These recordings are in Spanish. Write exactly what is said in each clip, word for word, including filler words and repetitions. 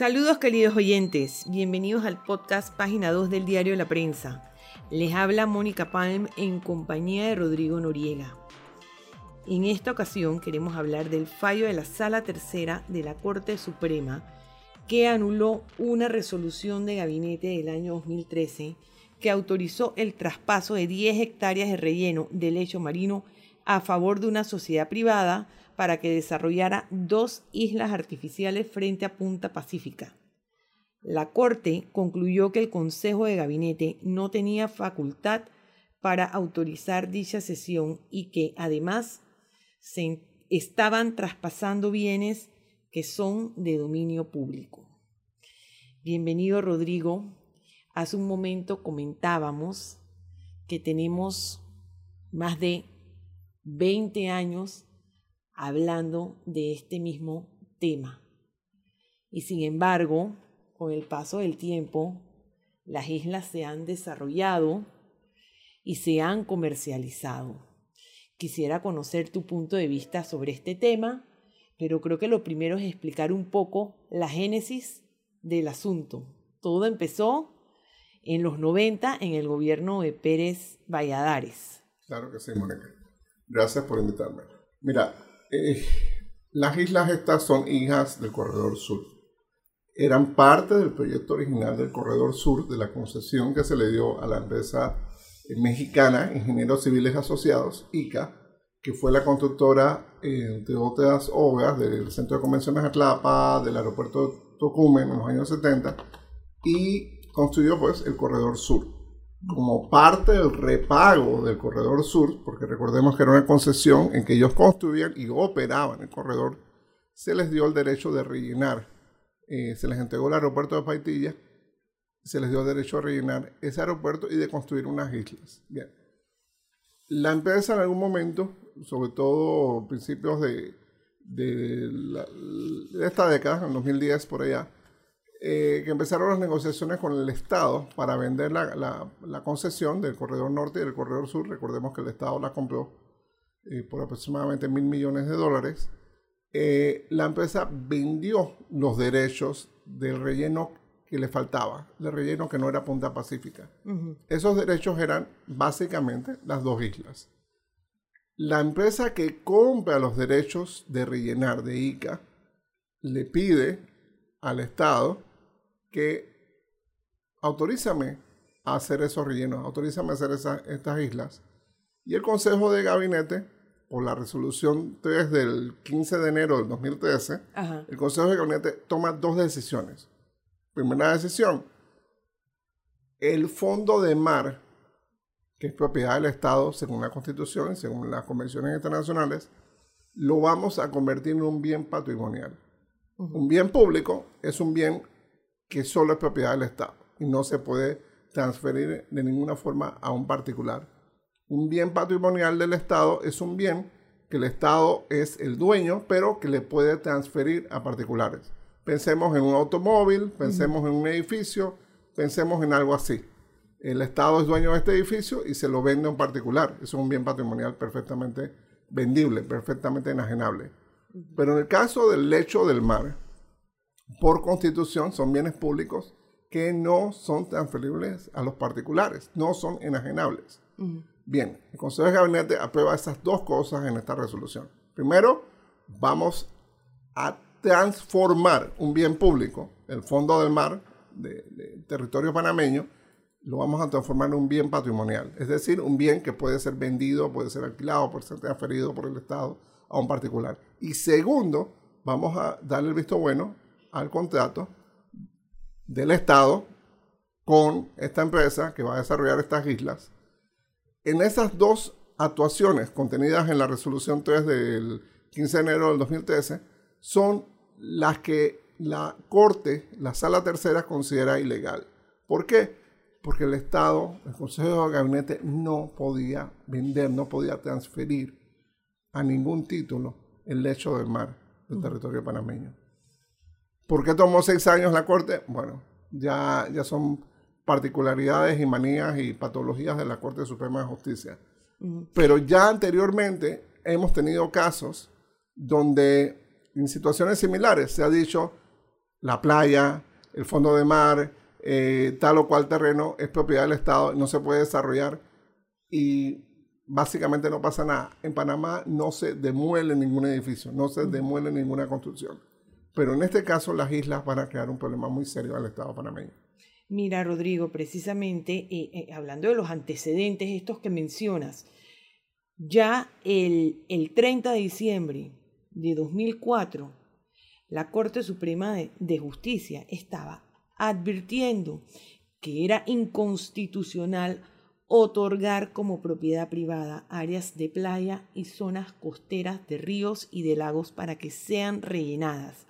Saludos queridos oyentes, bienvenidos al podcast Página dos del Diario La Prensa. Les habla Mónica Palm en compañía de Rodrigo Noriega. En esta ocasión queremos hablar del fallo de la Sala Tercera de la Corte Suprema que anuló una resolución de gabinete del año dos mil trece que autorizó el traspaso de diez hectáreas de relleno de lecho marino a favor de una sociedad privada para que desarrollara dos islas artificiales frente a Punta Pacífica. La Corte concluyó que el Consejo de Gabinete no tenía facultad para autorizar dicha cesión y que, además, se estaban traspasando bienes que son de dominio público. Bienvenido, Rodrigo. Hace un momento comentábamos que tenemos más de veinte años hablando de este mismo tema. Y sin embargo, con el paso del tiempo, las islas se han desarrollado y se han comercializado. Quisiera conocer tu punto de vista sobre este tema, pero creo que lo primero es explicar un poco la génesis del asunto. Todo empezó en los noventa en el gobierno de Pérez Valladares. Claro que sí, Mónica. Gracias por invitarme. Mira, eh, las islas estas son hijas del Corredor Sur. Eran parte del proyecto original del Corredor Sur, de la concesión que se le dio a la empresa mexicana Ingenieros Civiles Asociados, I C A, que fue la constructora eh, de otras obras del Centro de Convenciones Atlapa, del aeropuerto de Tocumen en los años setenta, y construyó pues el Corredor Sur. Como parte del repago del Corredor Sur, porque recordemos que era una concesión en que ellos construían y operaban el corredor, se les dio el derecho de rellenar, eh, se les entregó el aeropuerto de Paitilla, se les dio el derecho a rellenar ese aeropuerto y de construir unas islas. Bien. La empresa en algún momento, sobre todo a principios de, de, la, de esta década, en dos mil diez por allá, Eh, que empezaron las negociaciones con el Estado para vender la, la, la concesión del Corredor Norte y del Corredor Sur. Recordemos que el Estado la compró eh, por aproximadamente mil millones de dólares. Eh, la empresa vendió los derechos del relleno que le faltaba, del relleno que no era Punta Pacífica. Uh-huh. Esos derechos eran básicamente las dos islas. La empresa que compra los derechos de rellenar de I C A le pide al Estado que autorízame a hacer esos rellenos, autorízame a hacer esa, estas islas. Y el Consejo de Gabinete, por la resolución tres del quince de enero del dos mil trece, Ajá. el Consejo de Gabinete toma dos decisiones. Primera decisión, el Fondo de Mar, que es propiedad del Estado según la Constitución y según las convenciones internacionales, lo vamos a convertir en un bien patrimonial. Uh-huh. Un bien público es un bien que solo es propiedad del Estado y no se puede transferir de ninguna forma a un particular. Un bien patrimonial del Estado es un bien que el Estado es el dueño, pero que le puede transferir a particulares. Pensemos en un automóvil, pensemos uh-huh. en un edificio, pensemos en algo así. El Estado es dueño de este edificio y se lo vende a un particular. Eso es un bien patrimonial perfectamente vendible, perfectamente enajenable. Uh-huh. Pero en el caso del lecho del mar, por constitución son bienes públicos que no son transferibles a los particulares, no son enajenables. Uh-huh. Bien, el Consejo de Gabinete aprueba esas dos cosas en esta resolución. Primero, vamos a transformar un bien público, el fondo del mar del de territorio panameño, lo vamos a transformar en un bien patrimonial, es decir, un bien que puede ser vendido, puede ser alquilado, puede ser transferido por el Estado a un particular. Y segundo, vamos a darle el visto bueno al contrato del Estado con esta empresa que va a desarrollar estas islas. En esas dos actuaciones contenidas en la resolución tres del quince de enero del dos mil trece son las que la Corte, la Sala Tercera, considera ilegal. ¿Por qué? Porque el Estado, el Consejo de Gabinete, no podía vender, no podía transferir a ningún título el lecho del mar del uh-huh. territorio panameño. ¿Por qué tomó seis años la Corte? Bueno, ya, ya son particularidades y manías y patologías de la Corte Suprema de Justicia. Uh-huh. Pero ya anteriormente hemos tenido casos donde en situaciones similares se ha dicho la playa, el fondo de mar, eh, tal o cual terreno es propiedad del Estado, no se puede desarrollar y básicamente no pasa nada. En Panamá no se demuele ningún edificio, no se demuele ninguna construcción. Pero en este caso las islas van a crear un problema muy serio al Estado panameño. Mira, Rodrigo, precisamente eh, eh, hablando de los antecedentes estos que mencionas, ya el, el treinta de diciembre de dos mil cuatro, la Corte Suprema de, de Justicia estaba advirtiendo que era inconstitucional otorgar como propiedad privada áreas de playa y zonas costeras de ríos y de lagos para que sean rellenadas.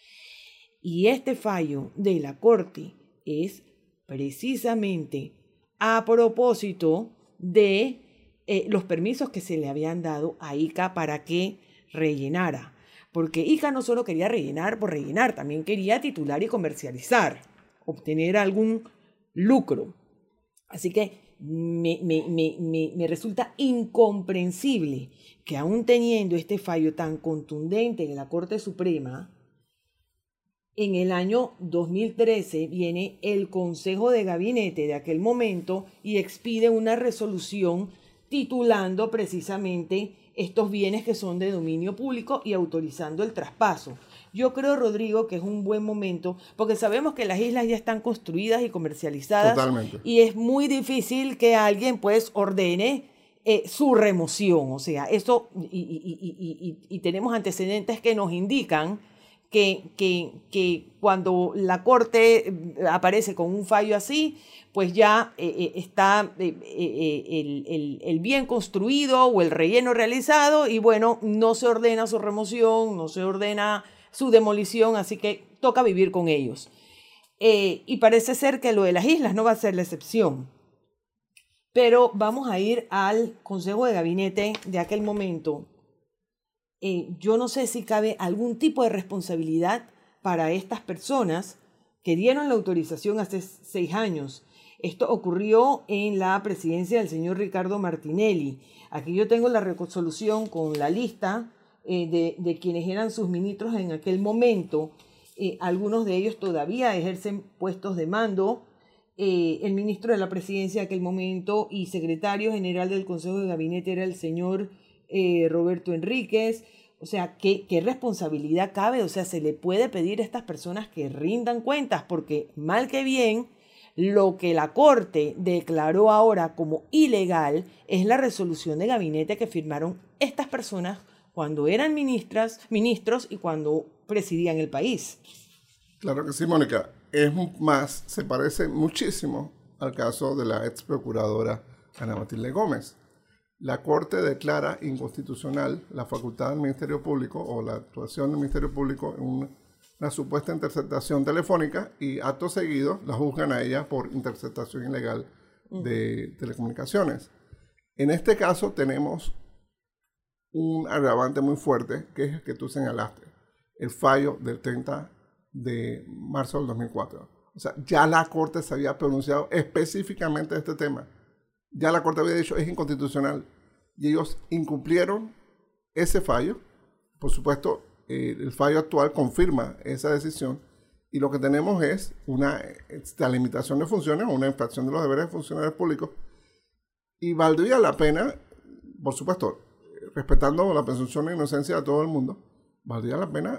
Y este fallo de la Corte es precisamente a propósito de eh, los permisos que se le habían dado a I C A para que rellenara. Porque I C A no solo quería rellenar por rellenar, también quería titular y comercializar, obtener algún lucro. Así que me, me, me, me, me resulta incomprensible que aún teniendo este fallo tan contundente de la Corte Suprema, en el año dos mil trece viene el Consejo de Gabinete de aquel momento y expide una resolución titulando precisamente estos bienes que son de dominio público y autorizando el traspaso. Yo creo, Rodrigo, que es un buen momento porque sabemos que las islas ya están construidas y comercializadas. Totalmente. Y es muy difícil que alguien pues ordene eh, su remoción. O sea, eso y, y, y, y, y tenemos antecedentes que nos indican Que, que, que cuando la Corte aparece con un fallo así, pues ya eh, está eh, eh, el, el, el bien construido o el relleno realizado y bueno, no se ordena su remoción, no se ordena su demolición, así que toca vivir con ellos. Eh, y parece ser que lo de las islas no va a ser la excepción. Pero vamos a ir al Consejo de Gabinete de aquel momento. Eh, yo no sé si cabe algún tipo de responsabilidad para estas personas que dieron la autorización hace seis años. Esto ocurrió en la presidencia del señor Ricardo Martinelli. Aquí yo tengo la resolución con la lista eh, de, de quienes eran sus ministros en aquel momento. Eh, algunos de ellos todavía ejercen puestos de mando. Eh, el ministro de la presidencia de aquel momento y secretario general del Consejo de Gabinete era el señor Eh, Roberto Enríquez. O sea, ¿qué, ¿qué responsabilidad cabe? O sea, se le puede pedir a estas personas que rindan cuentas porque mal que bien, lo que la Corte declaró ahora como ilegal es la resolución de gabinete que firmaron estas personas cuando eran ministras, ministros y cuando presidían el país. Claro que sí, Mónica. Es más, se parece muchísimo al caso de la ex procuradora Ana Matilde Gómez. La Corte declara inconstitucional la facultad del Ministerio Público o la actuación del Ministerio Público en una, una supuesta interceptación telefónica y acto seguido la juzgan a ella por interceptación ilegal de uh-huh. telecomunicaciones. En este caso tenemos un agravante muy fuerte que es el que tú señalaste, el fallo del treinta de marzo del dos mil cuatro. O sea, ya la Corte se había pronunciado específicamente de este tema. Ya la Corte había dicho es inconstitucional y ellos incumplieron ese fallo. Por supuesto, eh, el fallo actual confirma esa decisión y lo que tenemos es una esta limitación de funciones o una infracción de los deberes de funcionarios públicos y valdría la pena, por supuesto, respetando la presunción de inocencia de todo el mundo, valdría la pena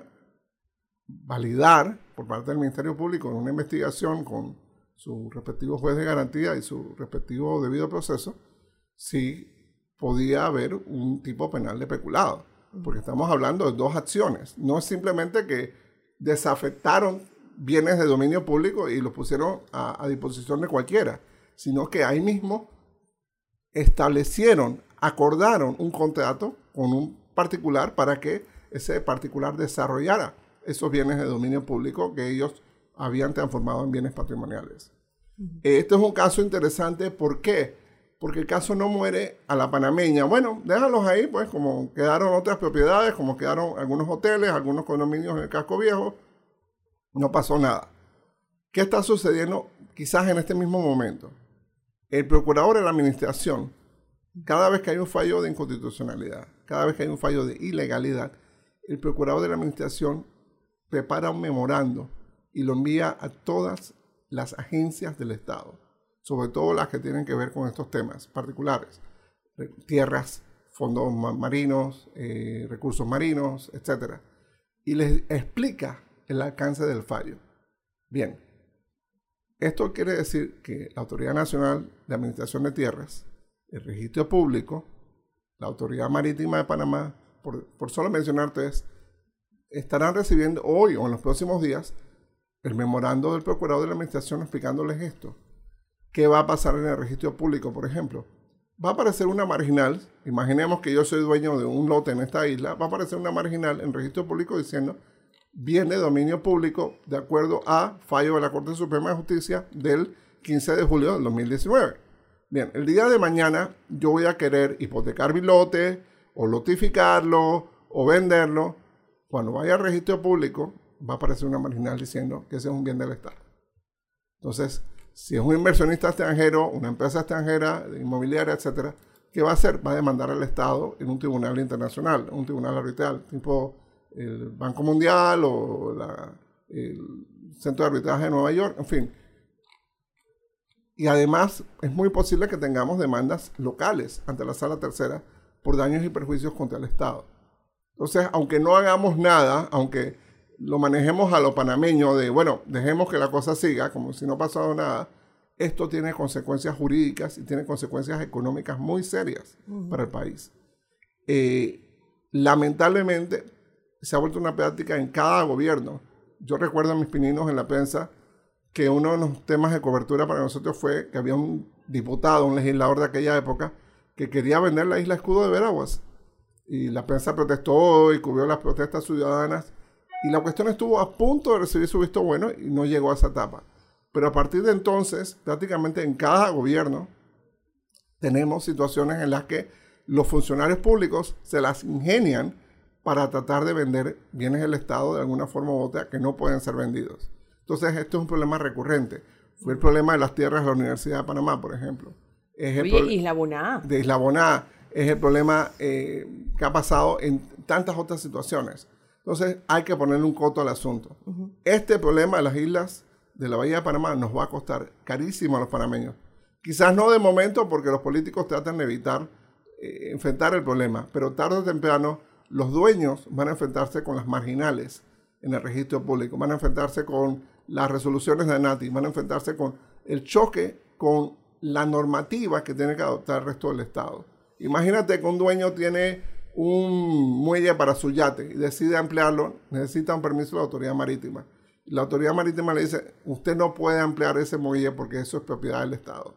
validar por parte del Ministerio Público en una investigación con su respectivo juez de garantía y su respectivo debido proceso, si podía haber un tipo penal de peculado. Porque estamos hablando de dos acciones. No es simplemente que desafectaron bienes de dominio público y los pusieron a, a disposición de cualquiera, sino que ahí mismo establecieron, acordaron un contrato con un particular para que ese particular desarrollara esos bienes de dominio público que ellos habían transformado en bienes patrimoniales. Uh-huh. Este es un caso interesante. ¿Por qué? Porque el caso no muere a la panameña. Bueno, déjalos ahí, pues, como quedaron otras propiedades, como quedaron algunos hoteles, algunos condominios en el casco viejo, no pasó nada. ¿Qué está sucediendo quizás en este mismo momento? El procurador de la administración, cada vez que hay un fallo de inconstitucionalidad, cada vez que hay un fallo de ilegalidad, el procurador de la administración prepara un memorando y lo envía a todas las agencias del Estado, sobre todo las que tienen que ver con estos temas particulares, tierras, fondos marinos, eh, recursos marinos, etcétera, y les explica el alcance del fallo. Bien, esto quiere decir que la Autoridad Nacional de Administración de Tierras, el Registro Público, la Autoridad Marítima de Panamá, por, por solo mencionar tres, estarán recibiendo hoy o en los próximos días el memorando del Procurador de la Administración explicándoles esto. ¿Qué va a pasar en el registro público, por ejemplo? Va a aparecer una marginal, imaginemos que yo soy dueño de un lote en esta isla, va a aparecer una marginal en el registro público diciendo bien de dominio público de acuerdo a fallo de la Corte Suprema de Justicia del quince de julio del dos mil diecinueve. Bien, el día de mañana yo voy a querer hipotecar mi lote o lotificarlo o venderlo. Cuando vaya al registro público va a aparecer una marginal diciendo que ese es un bien del Estado. Entonces, si es un inversionista extranjero, una empresa extranjera, inmobiliaria, etcétera, ¿qué va a hacer? Va a demandar al Estado en un tribunal internacional, un tribunal arbitral, tipo el Banco Mundial o la, el Centro de Arbitraje de Nueva York, en fin. Y además es muy posible que tengamos demandas locales ante la Sala Tercera por daños y perjuicios contra el Estado. Entonces, aunque no hagamos nada, aunque lo manejemos a lo panameño de, bueno, dejemos que la cosa siga, como si no pasara nada, esto tiene consecuencias jurídicas y tiene consecuencias económicas muy serias uh-huh. para el país. Eh, lamentablemente, se ha vuelto una práctica en cada gobierno. Yo recuerdo a mis pininos en la prensa que uno de los temas de cobertura para nosotros fue que había un diputado, un legislador de aquella época, que quería vender la isla Escudo de Veraguas. Y la prensa protestó y cubrió las protestas ciudadanas. Y la cuestión estuvo a punto de recibir su visto bueno y no llegó a esa etapa. Pero a partir de entonces, prácticamente en cada gobierno, tenemos situaciones en las que los funcionarios públicos se las ingenian para tratar de vender bienes del Estado de alguna forma u otra que no pueden ser vendidos. Entonces, esto es un problema recurrente. Fue el problema de las tierras de la Universidad de Panamá, por ejemplo. Es Oye, el Isla Boná. De Isla Boná. Es el problema eh, que ha pasado en tantas otras situaciones. Entonces, hay que ponerle un coto al asunto. Uh-huh. Este problema de las islas de la Bahía de Panamá nos va a costar carísimo a los panameños. Quizás no de momento porque los políticos tratan de evitar eh, enfrentar el problema, pero tarde o temprano los dueños van a enfrentarse con las marginales en el registro público, van a enfrentarse con las resoluciones de ANATI, van a enfrentarse con el choque con la normativa que tiene que adoptar el resto del Estado. Imagínate que un dueño tiene un muelle para su yate y decide ampliarlo, necesita un permiso de la autoridad marítima. La autoridad marítima le dice, usted no puede ampliar ese muelle porque eso es propiedad del Estado.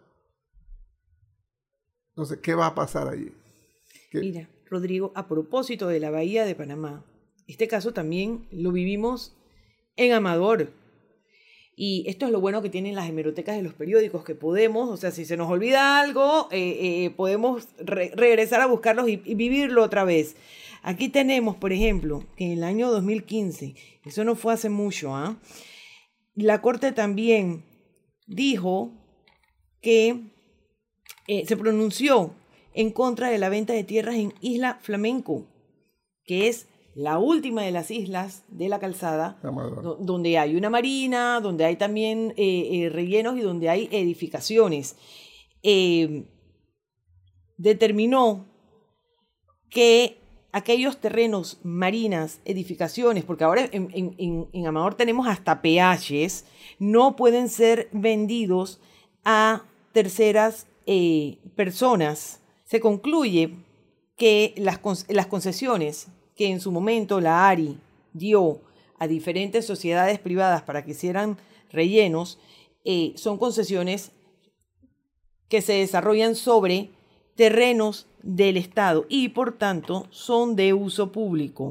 Entonces, ¿qué va a pasar allí? ¿Qué? Mira, Rodrigo, a propósito de la Bahía de Panamá, este caso también lo vivimos en Amador. Y esto es lo bueno que tienen las hemerotecas de los periódicos, que podemos, o sea, si se nos olvida algo, eh, eh, podemos re- regresar a buscarlos y, y vivirlo otra vez. Aquí tenemos, por ejemplo, que en el año dos mil quince, eso no fue hace mucho, ¿ah? La Corte también dijo que eh, se pronunció en contra de la venta de tierras en Isla Flamenco, que es la última de las islas de la Calzada, do, donde hay una marina, donde hay también eh, eh, rellenos y donde hay edificaciones. Eh, determinó que aquellos terrenos, marinas, edificaciones, porque ahora en, en, en, en Amador tenemos hasta P Hs, no pueden ser vendidos a terceras eh, personas. Se concluye que las, las concesiones que en su momento la A R I dio a diferentes sociedades privadas para que hicieran rellenos, eh, son concesiones que se desarrollan sobre terrenos del Estado y por tanto son de uso público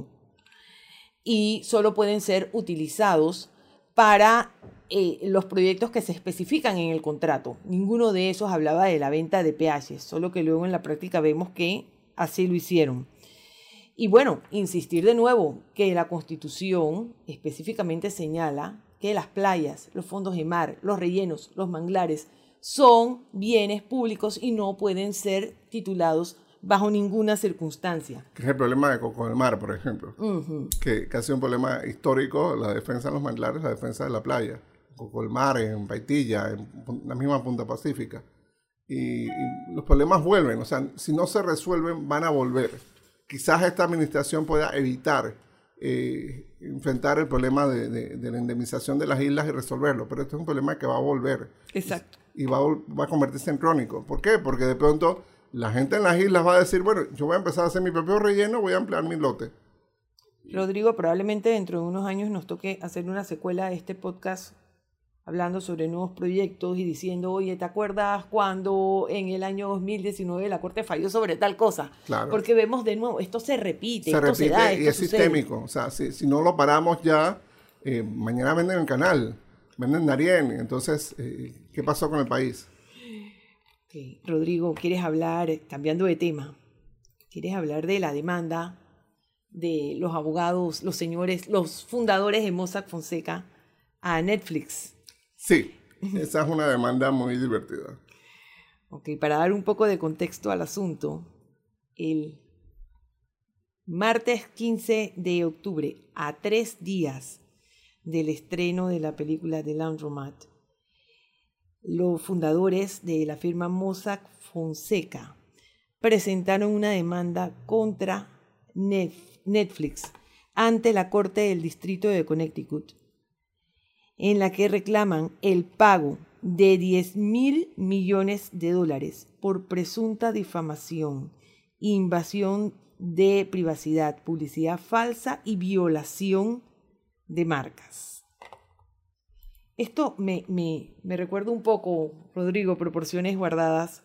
y solo pueden ser utilizados para eh, los proyectos que se especifican en el contrato. Ninguno de esos hablaba de la venta de P Hs, solo que luego en la práctica vemos que así lo hicieron. Y bueno, insistir de nuevo que la Constitución específicamente señala que las playas, los fondos de mar, los rellenos, los manglares son bienes públicos y no pueden ser titulados bajo ninguna circunstancia. Que es el problema de Coco del Mar, por ejemplo. Uh-huh. Que, que ha sido un problema histórico, la defensa de los manglares, la defensa de la playa. Coco del Mar, en Paitilla, en la misma Punta Pacífica. Y, y los problemas vuelven, o sea, si no se resuelven, van a volver. Quizás esta administración pueda evitar eh, enfrentar el problema de, de, de la indemnización de las islas y resolverlo, pero esto es un problema que va a volver. Exacto. Y, y va, a, va a convertirse en crónico. ¿Por qué? Porque de pronto la gente en las islas va a decir, bueno, yo voy a empezar a hacer mi propio relleno, voy a ampliar mi lote. Rodrigo, probablemente dentro de unos años nos toque hacer una secuela de este podcast hablando sobre nuevos proyectos y diciendo, oye, ¿te acuerdas cuando en el año dos mil diecinueve la Corte falló sobre tal cosa? Claro. Porque vemos de nuevo, esto se repite, se esto repite se da, esto y es sucede. sistémico. O sea, si, si no lo paramos ya, eh, mañana venden el canal, venden Darién. Entonces, eh, ¿qué pasó con el país? Okay. Rodrigo, ¿quieres hablar, cambiando de tema, quieres hablar de la demanda de los abogados, los señores, los fundadores de Mossack Fonseca a Netflix? Sí, esa es una demanda muy divertida. Ok, para dar un poco de contexto al asunto, el martes quince de octubre, a tres días del estreno de la película The Laundromat, los fundadores de la firma Mossack Fonseca presentaron una demanda contra Netflix ante la Corte del Distrito de Connecticut, en la que reclaman el pago de diez mil millones de dólares por presunta difamación, invasión de privacidad, publicidad falsa y violación de marcas. Esto me, me, me recuerda un poco, Rodrigo, proporciones guardadas,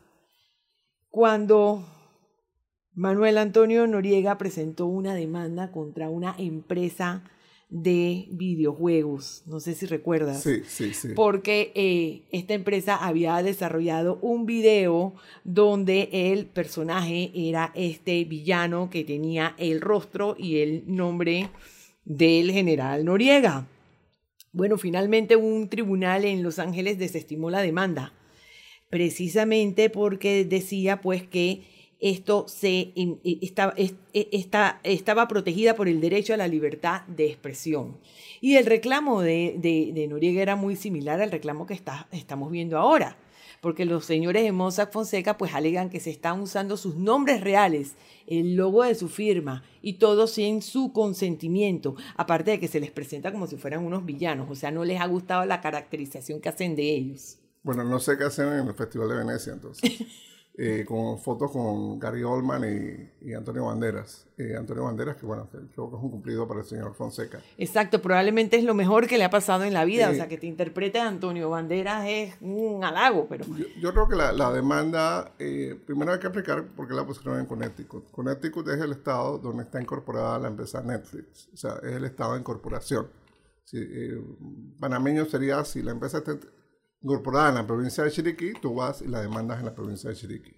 cuando Manuel Antonio Noriega presentó una demanda contra una empresa de videojuegos, no sé si recuerdas. Sí, sí, sí. Porque eh, esta empresa había desarrollado un video donde el personaje era este villano que tenía el rostro y el nombre del general Noriega. Bueno, finalmente un tribunal en Los Ángeles desestimó la demanda, precisamente porque decía pues que esto se, estaba, esta, estaba protegida por el derecho a la libertad de expresión. Y el reclamo de, de, de Noriega era muy similar al reclamo que está, estamos viendo ahora, porque los señores de Mossack Fonseca pues alegan que se están usando sus nombres reales, el logo de su firma y todo sin su consentimiento, aparte de que se les presenta como si fueran unos villanos, o sea, no les ha gustado la caracterización que hacen de ellos. Bueno, no sé qué hacen en el Festival de Venecia entonces. Eh, con fotos con Gary Oldman y, y Antonio Banderas. Eh, Antonio Banderas, que bueno, creo que es un cumplido para el señor Fonseca. Exacto, probablemente es lo mejor que le ha pasado en la vida. Eh, o sea, que te interprete a Antonio Banderas es un halago, pero... Yo, yo creo que la, la demanda, eh, primero hay que explicar por qué la pusieron en Connecticut. Connecticut es el estado donde está incorporada la empresa Netflix. O sea, es el estado de incorporación. Si, eh, panameño sería si la empresa está incorporada en la provincia de Chiriquí, tú vas y la demandas en la provincia de Chiriquí.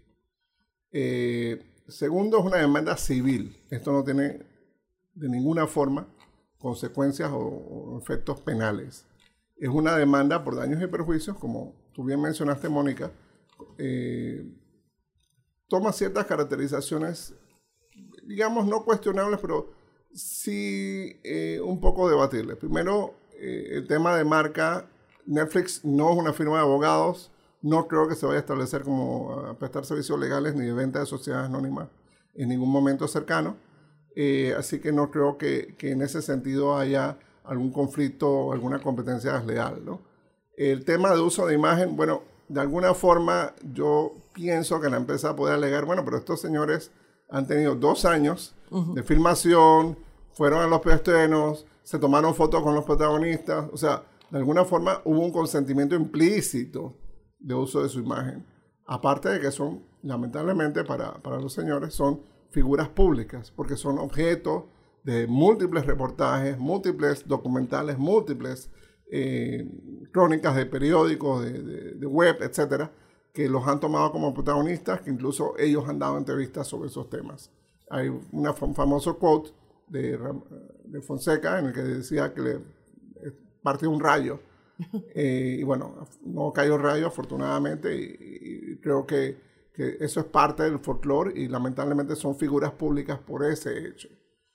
Eh, segundo, es una demanda civil. Esto no tiene de ninguna forma consecuencias o, o efectos penales. Es una demanda por daños y perjuicios, como tú bien mencionaste, Mónica. Eh, toma ciertas caracterizaciones, digamos, no cuestionables, pero sí eh, un poco debatibles. Primero, eh, el tema de marca. Netflix no es una firma de abogados, no creo que se vaya a establecer como a prestar servicios legales ni de venta de sociedades anónimas en ningún momento cercano, eh, así que no creo que, que en ese sentido haya algún conflicto o alguna competencia desleal, ¿no? El tema de uso de imagen, bueno, de alguna forma yo pienso que la empresa puede alegar, bueno, pero estos señores han tenido dos años uh-huh. de filmación, fueron a los preestrenos, se tomaron fotos con los protagonistas, o sea, de alguna forma hubo un consentimiento implícito de uso de su imagen. Aparte de que son, lamentablemente para, para los señores, son figuras públicas, porque son objeto de múltiples reportajes, múltiples documentales, múltiples eh, crónicas de periódicos, de, de, de web, etcétera, que los han tomado como protagonistas, que incluso ellos han dado entrevistas sobre esos temas. Hay una, un famoso quote de, de Fonseca en el que decía que le partió un rayo, eh, y bueno, no cayó rayo afortunadamente, y, y creo que que eso es parte del folclore y lamentablemente son figuras públicas por ese hecho.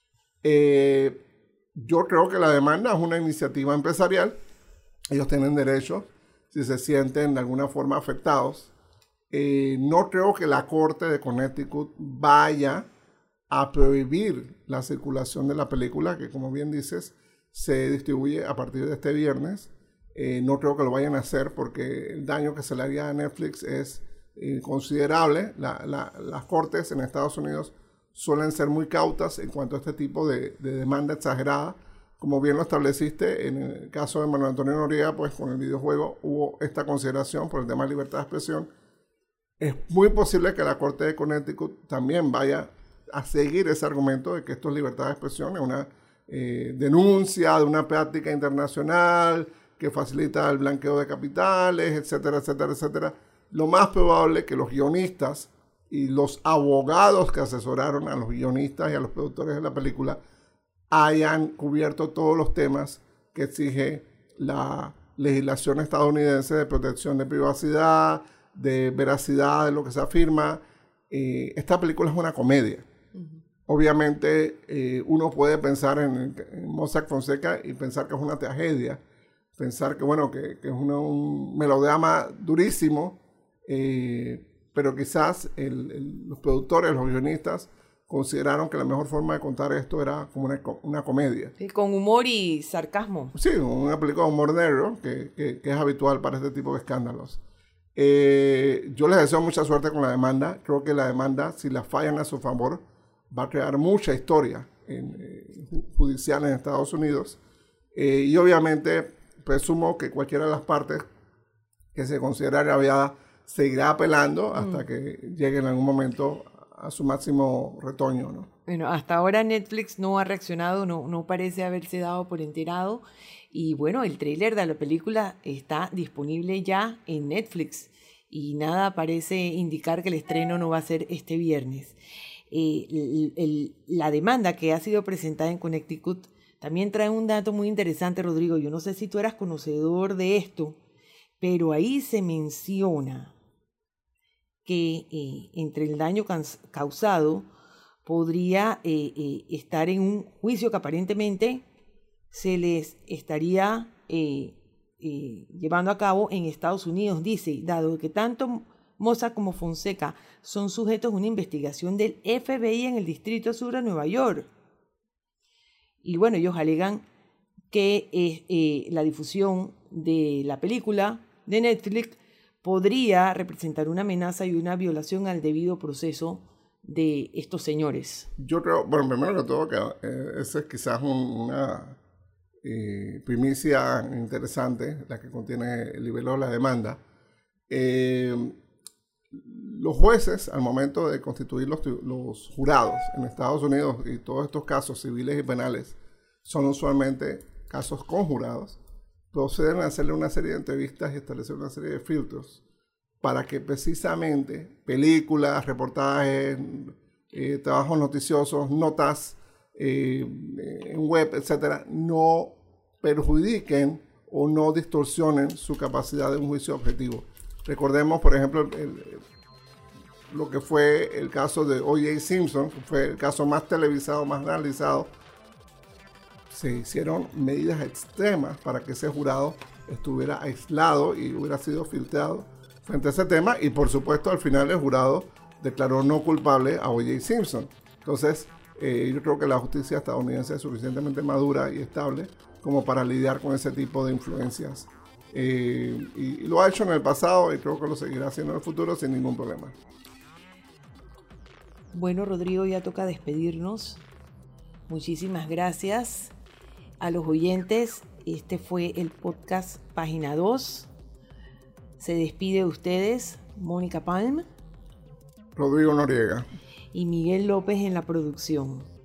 Eh, yo creo que la demanda es una iniciativa empresarial. Ellos tienen derechos si se sienten de alguna forma afectados. Eh, no creo que la Corte de Connecticut vaya a prohibir la circulación de la película, que como bien dices, se distribuye a partir de este viernes. Eh, no creo que lo vayan a hacer porque el daño que se le haría a Netflix es eh, considerable. La, la, las cortes en Estados Unidos suelen ser muy cautas en cuanto a este tipo de, de demanda exagerada. Como bien lo estableciste, en el caso de Manuel Antonio Noriega, pues con el videojuego hubo esta consideración por el tema de libertad de expresión. Es muy posible que la Corte de Connecticut también vaya a seguir ese argumento de que esto es libertad de expresión, es una eh, denuncia de una práctica internacional que facilita el blanqueo de capitales, etcétera, etcétera, etcétera. Lo más probable es que los guionistas y los abogados que asesoraron a los guionistas y a los productores de la película hayan cubierto todos los temas que exige la legislación estadounidense de protección de privacidad, de veracidad de lo que se afirma. Eh, esta película es una comedia. Uh-huh. Obviamente eh, uno puede pensar en, en Mossack Fonseca y pensar que es una tragedia, pensar que bueno que, que es una, un melodrama durísimo, eh, pero quizás el, el, los productores, los guionistas consideraron que la mejor forma de contar esto era como una, una comedia. Sí, con humor y sarcasmo. Sí, una película de humor negro que, que, que es habitual para este tipo de escándalos. Eh, yo les deseo mucha suerte con la demanda. Creo que la demanda, si la fallan a su favor, va a crear mucha historia en, eh, judicial en Estados Unidos. Eh, y obviamente presumo que cualquiera de las partes que se considere agraviada seguirá apelando hasta mm. que llegue en algún momento a su máximo retoño, ¿no? Bueno, hasta ahora Netflix no ha reaccionado, no, no parece haberse dado por enterado. Y bueno, el tráiler de la película está disponible ya en Netflix y nada parece indicar que el estreno no va a ser este viernes. Eh, el, el, la demanda que ha sido presentada en Connecticut también trae un dato muy interesante, Rodrigo. Yo no sé si tú eras conocedor de esto, pero ahí se menciona que eh, entre el daño causado podría eh, eh, estar en un juicio que aparentemente se les estaría eh, eh, llevando a cabo en Estados Unidos. Dice, dado que tanto Mossack como Fonseca son sujetos a una investigación del F B I en el Distrito Sur de Nueva York. Y bueno, ellos alegan que eh, eh, la difusión de la película de Netflix podría representar una amenaza y una violación al debido proceso de estos señores. Yo creo, bueno, primero que todo, que eh, esa es quizás un, una eh, primicia interesante, la que contiene el libelo de la demanda. Eh, los jueces, al momento de constituir los, los jurados en Estados Unidos, y todos estos casos civiles y penales son usualmente casos con jurados, proceden a hacerle una serie de entrevistas y establecer una serie de filtros para que precisamente películas, reportajes, eh, trabajos noticiosos, notas eh, en web, etcétera, no perjudiquen o no distorsionen su capacidad de un juicio objetivo. Recordemos, por ejemplo, el, el, lo que fue el caso de O J Simpson, que fue el caso más televisado, más analizado. Se hicieron medidas extremas para que ese jurado estuviera aislado y hubiera sido filtrado frente a ese tema, y por supuesto al final el jurado declaró no culpable a O J Simpson. Entonces eh, yo creo que la justicia estadounidense es suficientemente madura y estable como para lidiar con ese tipo de influencias, eh, y, y lo ha hecho en el pasado y creo que lo seguirá haciendo en el futuro sin ningún problema. Bueno, Rodrigo, ya toca despedirnos. Muchísimas gracias a los oyentes. Este fue el podcast Página dos. Se despide de ustedes Mónica Palm, Rodrigo Noriega y Miguel López en la producción.